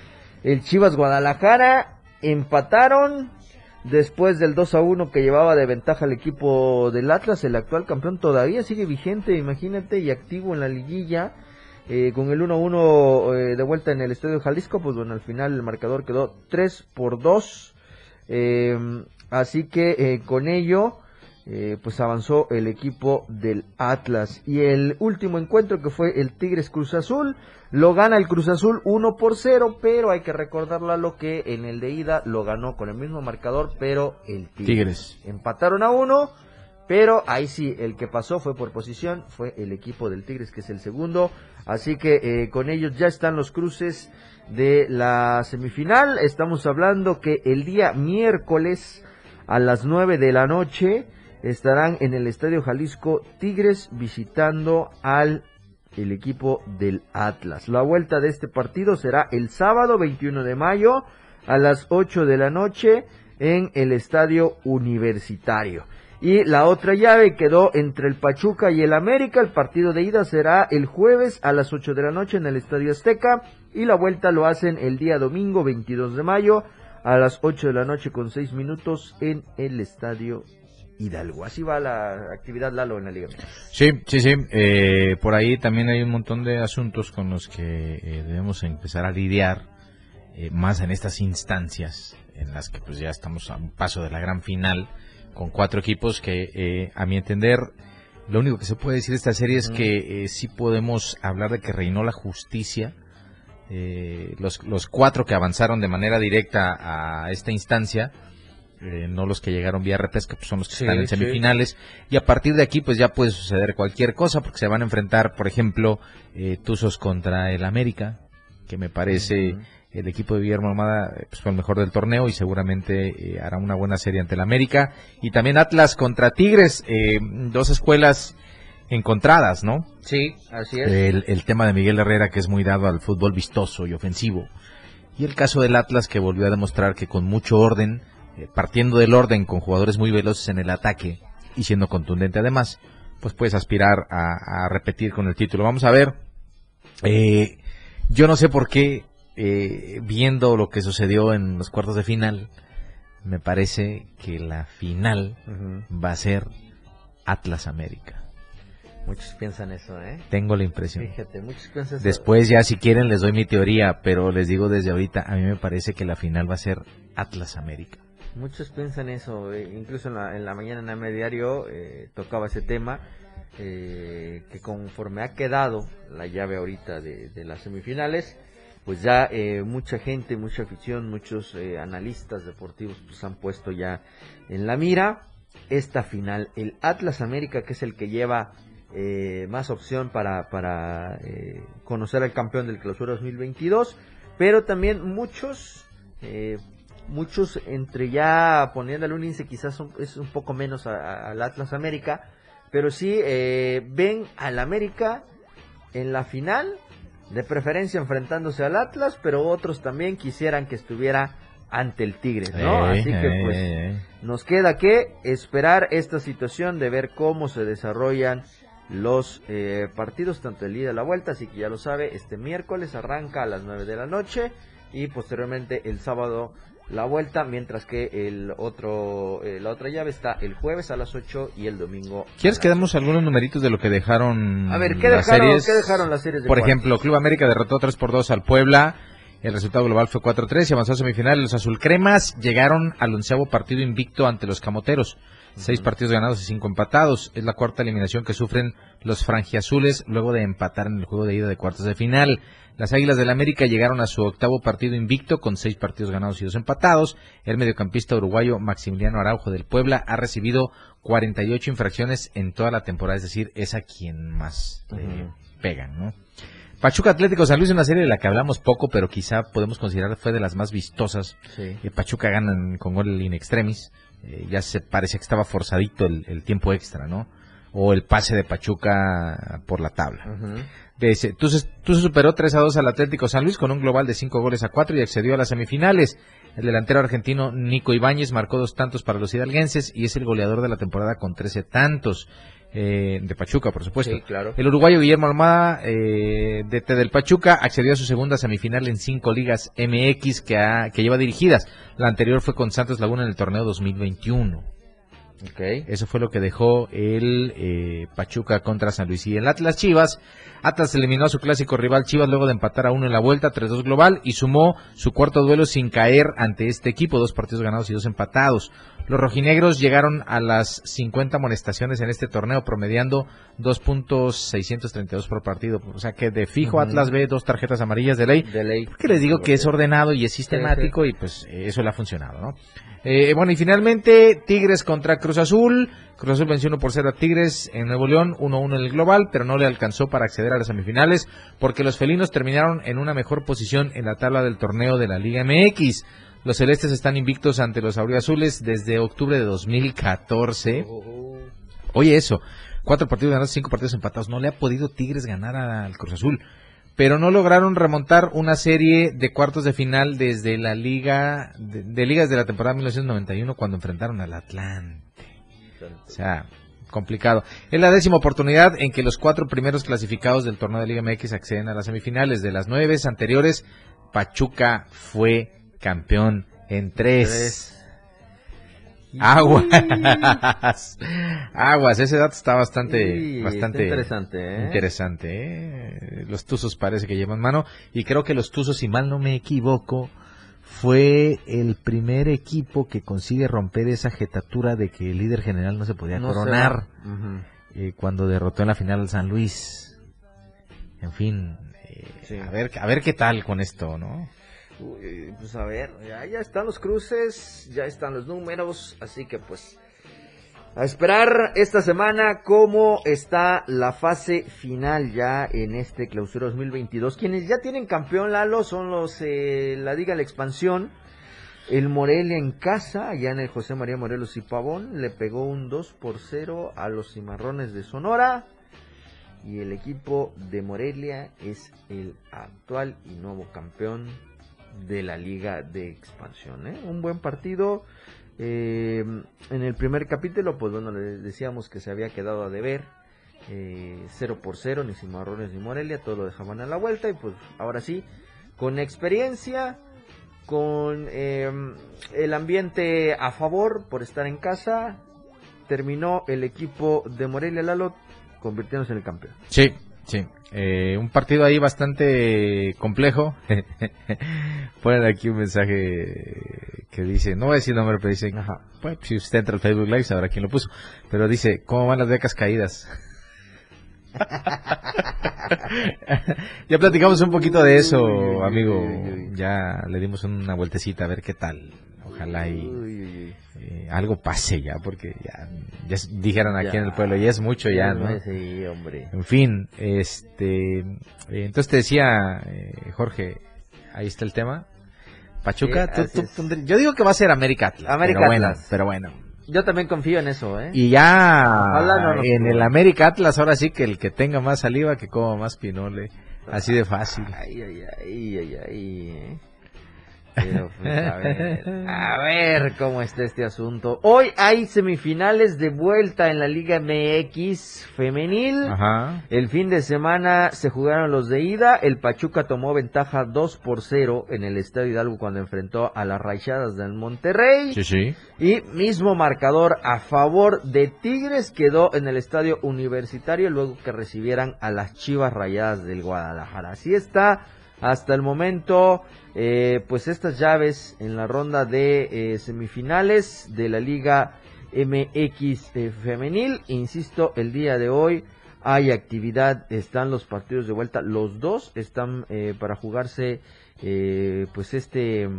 El Chivas Guadalajara empataron después del dos a uno que llevaba de ventaja el equipo del Atlas. El actual campeón todavía sigue vigente, imagínate, y activo en la liguilla. Eh, con el uno a uno eh, de vuelta en el Estadio Jalisco, pues bueno, al final el marcador quedó tres por dos, eh, así que eh, con ello, eh, pues avanzó el equipo del Atlas. Y el último encuentro, que fue el Tigres Cruz Azul, lo gana el Cruz Azul uno por cero, pero hay que recordarla lo que en el de ida lo ganó con el mismo marcador, pero el Tigres. Tigres. Empataron a uno, pero ahí sí, el que pasó fue por posición, fue el equipo del Tigres, que es el segundo. Así que eh, con ellos ya están los cruces de la semifinal. Estamos hablando que el día miércoles a las nueve de la noche estarán en el Estadio Jalisco Tigres visitando al el equipo del Atlas. La vuelta de este partido será el sábado veintiuno de mayo a las ocho de la noche en el Estadio Universitario. Y la otra llave quedó entre el Pachuca y el América. El partido de ida será el jueves a las ocho de la noche en el Estadio Azteca. Y la vuelta lo hacen el día domingo veintidós de mayo a las ocho de la noche con seis minutos en el Estadio Hidalgo. Así va la actividad, Lalo, en la Liga. Sí, sí, sí. Eh, por ahí también hay un montón de asuntos con los que eh, debemos empezar a lidiar, eh, más en estas instancias en las que pues ya estamos a un paso de la gran final, con cuatro equipos que, eh, a mi entender, lo único que se puede decir de esta serie es que eh, sí podemos hablar de que reinó la justicia. Eh, los, los cuatro que avanzaron de manera directa a esta instancia, eh, no los que llegaron vía repesca, pues son los que sí, están en semifinales, sí. Y a partir de aquí pues ya puede suceder cualquier cosa, porque se van a enfrentar, por ejemplo, eh, Tuzos contra el América, que me parece uh-huh. el equipo de Guillermo Almada pues, fue el mejor del torneo y seguramente eh, hará una buena serie ante el América, y también Atlas contra Tigres, eh, dos escuelas encontradas, ¿no? Sí, así es. El, el tema de Miguel Herrera, que es muy dado al fútbol vistoso y ofensivo, y el caso del Atlas, que volvió a demostrar que con mucho orden, eh, partiendo del orden, con jugadores muy veloces en el ataque y siendo contundente además, pues puedes aspirar a, a repetir con el título. Vamos a ver, eh, yo no sé por qué, eh, viendo lo que sucedió en los cuartos de final, me parece que la final uh-huh. va a ser Atlas América. Muchos piensan eso, ¿eh? Tengo la impresión. Fíjate, muchos piensan eso. Después ya si quieren les doy mi teoría, pero les digo desde ahorita, a mí me parece que la final va a ser Atlas América. Muchos piensan eso, eh, incluso en la, en la mañana en A M Diario eh, tocaba ese tema, eh, que conforme ha quedado la llave ahorita de, de las semifinales, pues ya eh, mucha gente, mucha afición, muchos eh, analistas deportivos pues han puesto ya en la mira esta final, el Atlas América, que es el que lleva Eh, más opción para, para eh, conocer al campeón del Clausura dos mil veintidós, pero también muchos, eh, muchos entre ya poniéndole un índice quizás un, es un poco menos al Atlas América, pero sí eh, ven al América en la final, de preferencia enfrentándose al Atlas, pero otros también quisieran que estuviera ante el Tigres, ¿no? Eh, Así que pues eh, eh. nos queda que esperar esta situación de ver cómo se desarrollan los eh, partidos, tanto el ida y la vuelta, así que ya lo sabe, este miércoles arranca a las nueve de la noche y posteriormente el sábado la vuelta, mientras que el otro eh, la otra llave está el jueves a las ocho y el domingo. ¿Quieres que demos algunos numeritos de lo que dejaron a ver, ¿qué las dejaron, series? ¿qué dejaron las series de Por cuartos? ejemplo, Club América derrotó tres por dos al Puebla, el resultado global fue cuatro tres y avanzó a semifinales. Los azulcremas llegaron al onceavo partido invicto ante los camoteros. Seis partidos ganados y cinco empatados. Es la cuarta eliminación que sufren los franjiazules luego de empatar en el juego de ida de cuartos de final. Las Águilas del América llegaron a su octavo partido invicto con seis partidos ganados y dos empatados. El mediocampista uruguayo Maximiliano Araujo del Puebla ha recibido cuarenta y ocho infracciones en toda la temporada, es decir, es a quien más uh-huh. eh, pegan, ¿no? Pachuca Atlético San Luis, una serie de la que hablamos poco, pero quizá podemos considerar fue de las más vistosas. Sí. Eh, Pachuca gana con gol in extremis. Eh, ya se parece que estaba forzadito el, el tiempo extra, ¿no? O el pase de Pachuca por la tabla. Uh-huh. De ese, entonces, tú se superó tres a dos al Atlético San Luis con un global de cinco goles a cuatro y accedió a las semifinales. El delantero argentino Nico Ibáñez marcó dos tantos para los hidalguenses y es el goleador de la temporada con trece tantos. Eh, de Pachuca, por supuesto. Sí, claro. El uruguayo Guillermo Almada, eh, D T del Pachuca, accedió a su segunda semifinal en cinco ligas M X que, ha, que lleva dirigidas. La anterior fue con Santos Laguna en el torneo dos mil veintiuno. Okay. Eso fue lo que dejó el eh, Pachuca contra San Luis. Y el Atlas Chivas, Atlas eliminó a su clásico rival Chivas luego de empatar a uno en la vuelta, tres dos global, y sumó su cuarto duelo sin caer ante este equipo, dos partidos ganados y dos empatados. Los rojinegros llegaron a las cincuenta amonestaciones en este torneo, promediando dos puntos seiscientos treinta y dos por partido. O sea que de fijo uh-huh. Atlas ve dos tarjetas amarillas de ley. De ley. Porque les digo que es ordenado y es sistemático sí, sí. y pues eso le ha funcionado, ¿no? Eh, bueno, y finalmente Tigres contra Cruz Azul. Cruz Azul venció uno por cero a Tigres en Nuevo León, uno a uno en el global, pero no le alcanzó para acceder a las semifinales porque los felinos terminaron en una mejor posición en la tabla del torneo de la Liga M X. Los celestes están invictos ante los auriazules desde octubre de dos mil catorce. Oye, eso, cuatro partidos ganados, cinco partidos empatados. No le ha podido Tigres ganar al Cruz Azul, pero no lograron remontar una serie de cuartos de final desde la liga de, de ligas de la temporada mil novecientos noventa y uno cuando enfrentaron al Atlante. O sea, complicado. Es la décima oportunidad en que los cuatro primeros clasificados del torneo de Liga M X acceden a las semifinales. De las nueve veces anteriores, Pachuca fue campeón En tres. Aguas. Aguas, ese dato está bastante, Sí, bastante está interesante, ¿eh? interesante, ¿eh? Los Tuzos parece que llevan mano. Y creo que los Tuzos, si mal no me equivoco, fue el primer equipo que consigue romper esa jetatura de que el líder general no se podía No se coronar. va. Ujú. eh, cuando derrotó en la final al San Luis. En fin, eh, Sí. a ver, a ver qué tal con esto, ¿no? Uy, pues a ver, ya, ya están los cruces, ya están los números, así que pues a esperar esta semana cómo está la fase final ya en este clausura dos mil veintidós. Quienes ya tienen campeón, Lalo, son los, eh, la Liga de la Expansión. El Morelia en casa, allá en el José María Morelos y Pavón, le pegó un dos por cero a los Cimarrones de Sonora. Y el equipo de Morelia es el actual y nuevo campeón de la Liga de Expansión, ¿eh? Un buen partido. Eh, en el primer capítulo, pues bueno, les decíamos que se había quedado a deber. Eh, cero por cero, ni Cimarrones ni Morelia, todo lo dejaban a la vuelta. Y pues ahora sí, con experiencia, con eh, el ambiente a favor por estar en casa, terminó el equipo de Morelia, Lalo, convirtiéndose en el campeón. Sí, sí. Eh, un partido ahí bastante complejo. Ponen aquí un mensaje que dice, no voy a decir nombre, pero dice, ajá, pues si usted entra al Facebook Live sabrá quién lo puso. Pero dice, ¿cómo van las becas caídas? Ya platicamos un poquito de eso, amigo. Ya le dimos una vueltecita a ver qué tal. Ojalá y eh, algo pase ya, porque ya, ya dijeron aquí ya en el pueblo, ya es mucho ya, ¿no? Sí, hombre. En fin, este, eh, entonces te decía, eh, Jorge, ahí está el tema. Pachuca, Sí, tú, tú, tú, yo digo que va a ser América Atlas. América pero Atlas. Bueno, pero bueno. Yo también confío en eso, ¿eh? Y ya no nos en pudo. el América Atlas, ahora sí que el que tenga más saliva que coma más pinole. Así de fácil. Ay, ay, ay, ay, ay, ¿eh? Pero pues a ver, a ver cómo está este asunto. Hoy hay semifinales de vuelta en la Liga M X femenil. Ajá. El fin de semana se jugaron los de ida. El Pachuca tomó ventaja dos por cero en el Estadio Hidalgo cuando enfrentó a las Rayadas del Monterrey. Sí, sí. Y mismo marcador a favor de Tigres quedó en el Estadio Universitario luego que recibieran a las Chivas Rayadas del Guadalajara. Así está hasta el momento, eh, pues estas llaves en la ronda de eh, semifinales de la Liga M X eh, femenil. Insisto, el día de hoy hay actividad, están los partidos de vuelta, los dos están eh, para jugarse eh, pues este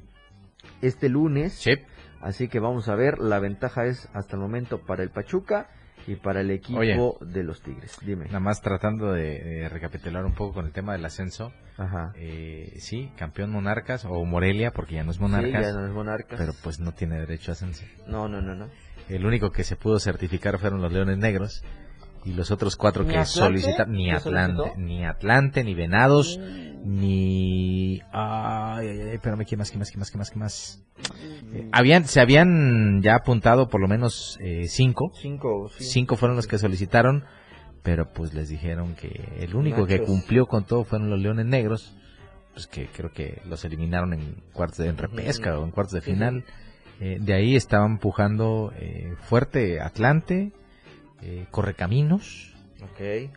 este lunes. Sí. Así que vamos a ver, la ventaja es hasta el momento para el Pachuca y para el equipo Oye, de los Tigres. Dime. Nada más tratando de, de recapitular un poco con el tema del ascenso. Ajá. Eh, sí, campeón Monarcas o Morelia, porque ya no es Monarcas. Sí, ya no es Monarcas. Pero pues no tiene derecho a ascenso. No, no, no, no. El único que se pudo certificar fueron los Leones Negros. Y los otros cuatro ¿Ni que Atlante? solicitaron, ni ¿Qué Atlante, solicitó? ni Atlante, ni Venados, ni... Ay, ay, ay, espérame, ¿qué más, qué más, qué más, qué más, qué más? Eh, habían, se habían ya apuntado por lo menos eh, cinco. Cinco, sí. Cinco fueron los que solicitaron, pero pues les dijeron que el único que Machos. cumplió con todo fueron los Leones Negros, pues que creo que los eliminaron en cuartos de en repesca o en cuartos de Sí, final. Eh, de ahí estaban empujando eh, fuerte Atlante, eh, Correcaminos, Ok.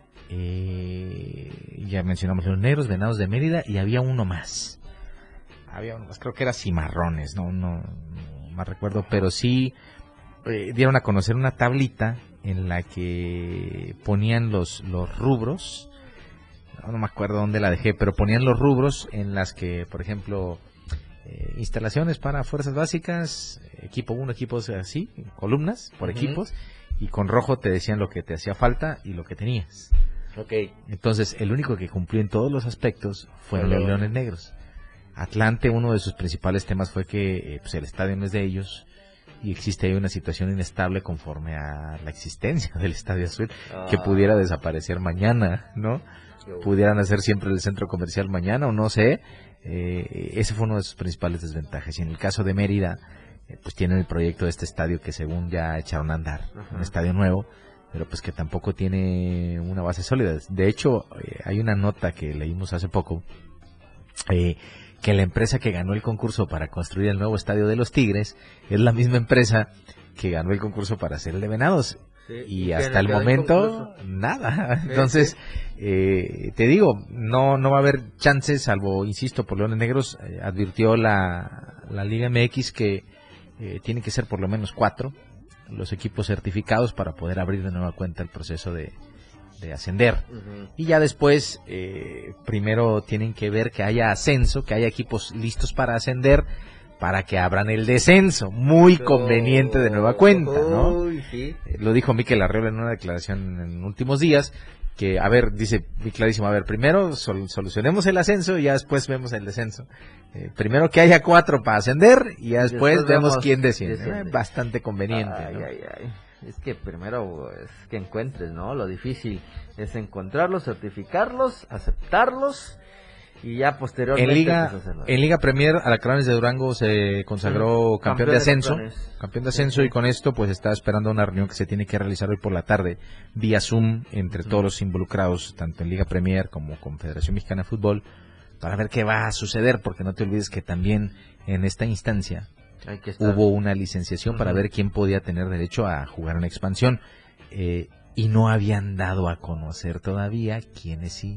eh, ya mencionamos los Negros, Venados de Mérida, y había uno más. Había uno más, creo que era Cimarrones, no, no, no más recuerdo, pero sí eh, dieron a conocer una tablita en la que ponían los, los rubros, no, no me acuerdo dónde la dejé, pero ponían los rubros en las que, por ejemplo, eh, instalaciones para fuerzas básicas, equipo uno, equipos así, columnas por Ujú. equipos, y con rojo te decían lo que te hacía falta y lo que tenías. Ok. Entonces, el único que cumplió en todos los aspectos fueron los Pero- Leones Negros. Atlante, uno de sus principales temas fue que eh, pues el estadio no es de ellos y existe ahí una situación inestable conforme a la existencia del Estadio Azul, que Ah. pudiera desaparecer mañana, ¿no? Pudieran hacer siempre el centro comercial mañana o no sé. Eh, ese fue uno de sus principales desventajas. Y en el caso de Mérida, eh, pues tienen el proyecto de este estadio que según ya echaron a andar, Ajá. un estadio nuevo, pero pues que tampoco tiene una base sólida. De hecho, eh, hay una nota que leímos hace poco, eh, que la empresa que ganó el concurso para construir el nuevo estadio de los Tigres es la misma empresa que ganó el concurso para hacer el de Venados. Sí, y, y hasta el momento, nada. Entonces, sí. eh, te digo, no no va a haber chances, salvo, insisto, por Leones Negros. Eh, advirtió la, la Liga M X que eh, tiene que ser por lo menos cuatro los equipos certificados para poder abrir de nueva cuenta el proceso de, de ascender. Uh-huh. Y ya después, eh, primero tienen que ver que haya ascenso, que haya equipos listos para ascender, para que abran el descenso, muy oh, conveniente de nueva cuenta, ¿no? Oh, sí. Eh, lo dijo Mikel Arriola en una declaración en últimos días, que, a ver, dice muy clarísimo, a ver, primero sol, solucionemos el ascenso y ya después vemos el descenso. Eh, primero que haya cuatro para ascender y ya después, después vemos quién desciende. desciende. Eh, bastante conveniente, ay, ¿no? Ay, ay. Es que primero es que encuentres, ¿no? Lo difícil es encontrarlos, certificarlos, aceptarlos. Y ya posteriormente... En Liga, en Liga Premier, Alacranes de Durango se consagró sí, campeón, campeón de ascenso, de campeón de ascenso sí, sí. Y con esto pues está esperando una reunión que se tiene que realizar hoy por la tarde, vía Zoom, entre sí. todos los involucrados, tanto en Liga Premier como con Federación Mexicana de Fútbol, para ver qué va a suceder, porque no te olvides que también en esta instancia hubo una licenciación uh-huh. para ver quién podía tener derecho a jugar en expansión, eh, y no habían dado a conocer todavía quiénes sí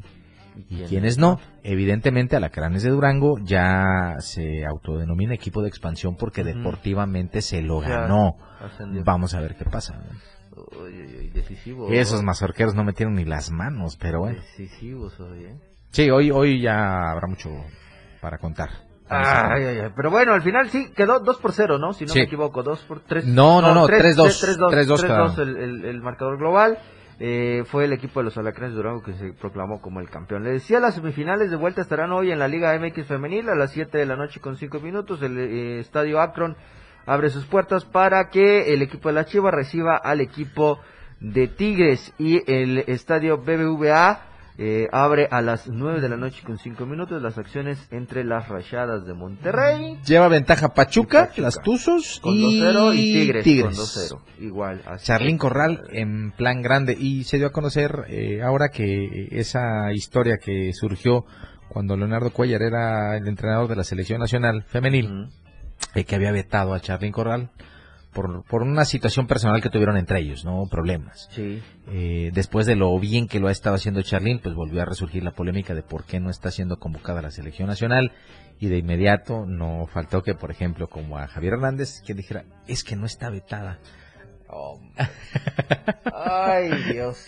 y quienes no. Evidentemente Alacranes de Durango ya se autodenomina equipo de expansión porque uh-huh. deportivamente se lo ganó. Ascendió. Vamos a ver qué pasa, ¿no? Uy, uy, uy, decisivo. Esos mazorqueros no metieron ni las manos, pero bueno. Decisivos hoy, ¿eh? Sí, hoy, hoy ya habrá mucho para contar. Ay, ay, ay. Pero bueno, al final sí quedó dos por cero, ¿no? Si no sí. me equivoco, dos por tres. No, no, no, tres dos. tres dos el, el, el marcador global. Eh, fue el equipo de los Alacranes de Durango que se proclamó como el campeón. Le decía, las semifinales de vuelta estarán hoy en la Liga M X Femenil a las siete de la noche con cinco minutos. El eh, Estadio Akron abre sus puertas para que el equipo de la Chivas reciba al equipo de Tigres. Y el Estadio B B V A eh, abre a las nueve de la noche con cinco minutos las acciones entre las Rayadas de Monterrey. Lleva ventaja Pachuca, Pachuca. Las Tuzos con dos cero y Tigres, Tigres con dos cero. Igual. Charlín Corral en plan grande. Y se dio a conocer eh, ahora que esa historia que surgió cuando Leonardo Cuellar era el entrenador de la selección nacional femenil, uh-huh. eh, que había vetado a Charlín Corral por por una situación personal que tuvieron entre ellos, ¿no? Problemas. Sí. Eh, después de lo bien que lo ha estado haciendo Charlín, pues volvió a resurgir la polémica de por qué no está siendo convocada a la selección nacional, y de inmediato no faltó que, por ejemplo, como a Javier Hernández, que dijera, es que no está vetada. Oh. Ay, Dios.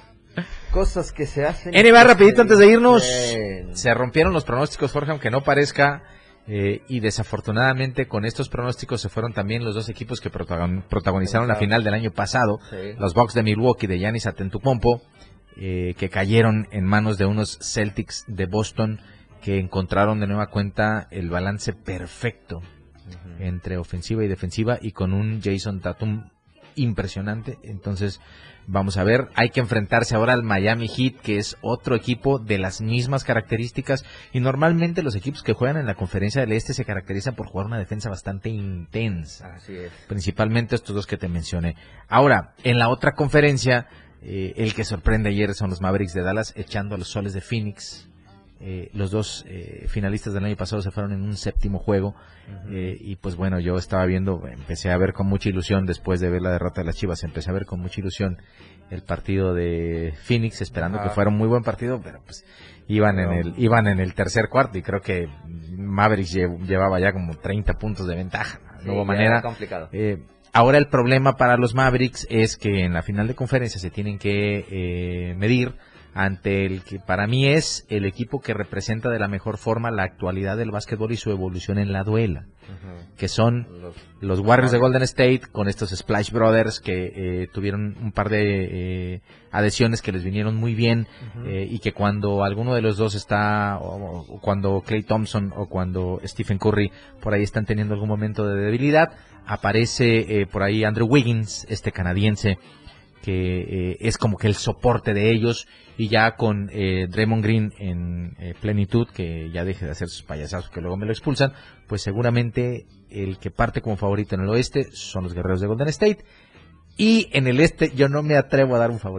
Cosas que se hacen. N B A, rapidito antes de irnos, bien. Se rompieron los pronósticos, Jorge, aunque no parezca. Eh, y desafortunadamente con estos pronósticos se fueron también los dos equipos que protagon- protagonizaron la final del año pasado, sí. Los Bucks de Milwaukee de Giannis Antetokounmpo, eh, que cayeron en manos de unos Celtics de Boston que encontraron de nueva cuenta el balance perfecto uh-huh. entre ofensiva y defensiva, y con un Jason Tatum impresionante. Entonces vamos a ver, hay que enfrentarse ahora al Miami Heat, que es otro equipo de las mismas características, y normalmente los equipos que juegan en la Conferencia del Este se caracterizan por jugar una defensa bastante intensa. Así es. Principalmente estos dos que te mencioné. Ahora, en la otra conferencia, eh, el que sorprende ayer son los Mavericks de Dallas echando a los Soles de Phoenix. Eh, los dos eh, finalistas del año pasado se fueron en un séptimo juego, uh-huh. eh, y pues bueno, yo estaba viendo, empecé a ver con mucha ilusión después de ver la derrota de las Chivas, empecé a ver con mucha ilusión el partido de Phoenix, esperando uh-huh. que fuera un muy buen partido, pero pues iban en el iban en el tercer cuarto, y creo que Mavericks lle- llevaba ya como treinta puntos de ventaja, sí, de nueva manera. Complicado. Eh, ahora el problema para los Mavericks es que en la final de conferencia se tienen que eh, medir ante el que para mí es el equipo que representa de la mejor forma la actualidad del básquetbol y su evolución en la duela, uh-huh. que son los, los Warriors de Golden State, con estos Splash Brothers que eh, tuvieron un par de eh, adhesiones que les vinieron muy bien, uh-huh. eh, y que cuando alguno de los dos está, o, o cuando Klay Thompson o cuando Stephen Curry por ahí están teniendo algún momento de debilidad, aparece eh, por ahí Andrew Wiggins, este canadiense, que eh, es como que el soporte de ellos, y ya con eh, Draymond Green en eh, plenitud, que ya deje de hacer sus payasazos que luego me lo expulsan, pues seguramente el que parte como favorito en el oeste son los Guerreros de Golden State, y en el este yo no me atrevo a dar un favorito.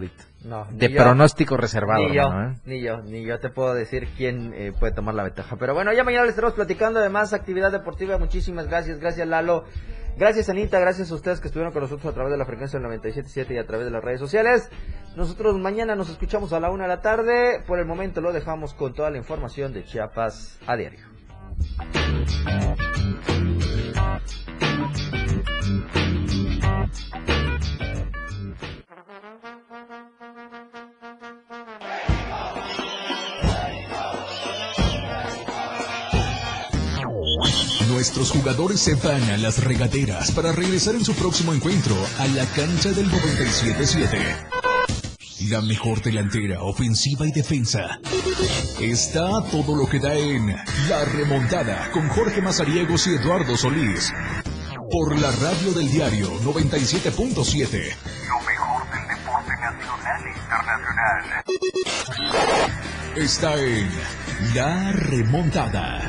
No, de yo, pronóstico reservado. Ni yo, hermano, ¿eh? ni yo, ni yo te puedo decir quién eh, puede tomar la ventaja. Pero bueno, ya mañana les estaremos platicando de más actividad deportiva. Muchísimas gracias, gracias Lalo, gracias Anita, gracias a ustedes que estuvieron con nosotros a través de la frecuencia del noventa y siete punto siete y a través de las redes sociales. Nosotros mañana nos escuchamos a la una de la tarde. Por el momento lo dejamos con toda la información de Chiapas a diario. Nuestros jugadores se van a las regaderas para regresar en su próximo encuentro a la cancha del noventa y siete punto siete. La mejor delantera, ofensiva y defensa. Está todo lo que da en La Remontada con Jorge Mazariegos y Eduardo Solís. Por la radio del diario noventa y siete punto siete. Lo mejor del deporte nacional e internacional. Está en La Remontada.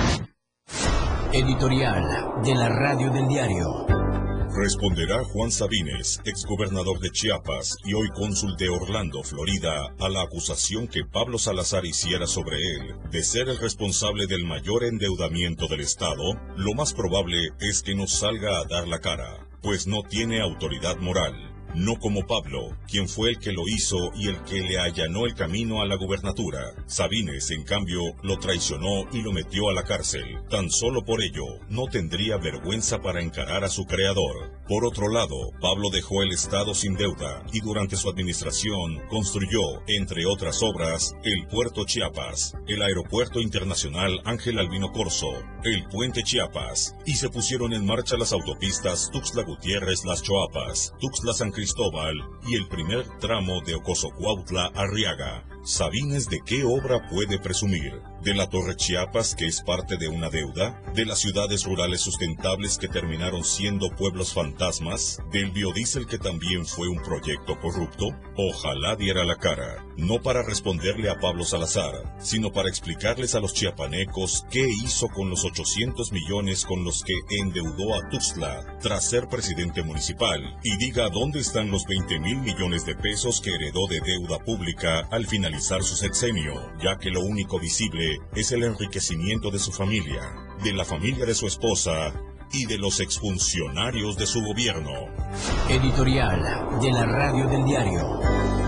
Editorial de la radio del diario. Responderá Juan Sabines, exgobernador de Chiapas y hoy cónsul de Orlando, Florida, a la acusación que Pablo Salazar hiciera sobre él de ser el responsable del mayor endeudamiento del Estado. Lo más probable es que no salga a dar la cara, pues no tiene autoridad moral. No como Pablo, quien fue el que lo hizo y el que le allanó el camino a la gubernatura. Sabines, en cambio, lo traicionó y lo metió a la cárcel. Tan solo por ello, no tendría vergüenza para encarar a su creador. Por otro lado, Pablo dejó el Estado sin deuda y durante su administración construyó, entre otras obras, el Puerto Chiapas, el Aeropuerto Internacional Ángel Albino Corzo, el Puente Chiapas, y se pusieron en marcha las autopistas Tuxtla Gutiérrez-Las Choapas, Tuxtla-San Cristóbal y el primer tramo de Ocosocuautla-Arriaga. ¿Sabines de qué obra puede presumir? ¿De la Torre Chiapas, que es parte de una deuda? ¿De las ciudades rurales sustentables que terminaron siendo pueblos fantasmas? ¿Del biodiesel que también fue un proyecto corrupto? Ojalá diera la cara, no para responderle a Pablo Salazar, sino para explicarles a los chiapanecos qué hizo con los ochocientos millones con los que endeudó a Tuxtla tras ser presidente municipal, y diga dónde están los veinte mil millones de pesos que heredó de deuda pública al finalizar su sexenio, ya que lo único visible es el enriquecimiento de su familia, de la familia de su esposa y de los exfuncionarios de su gobierno. Editorial de la radio del diario.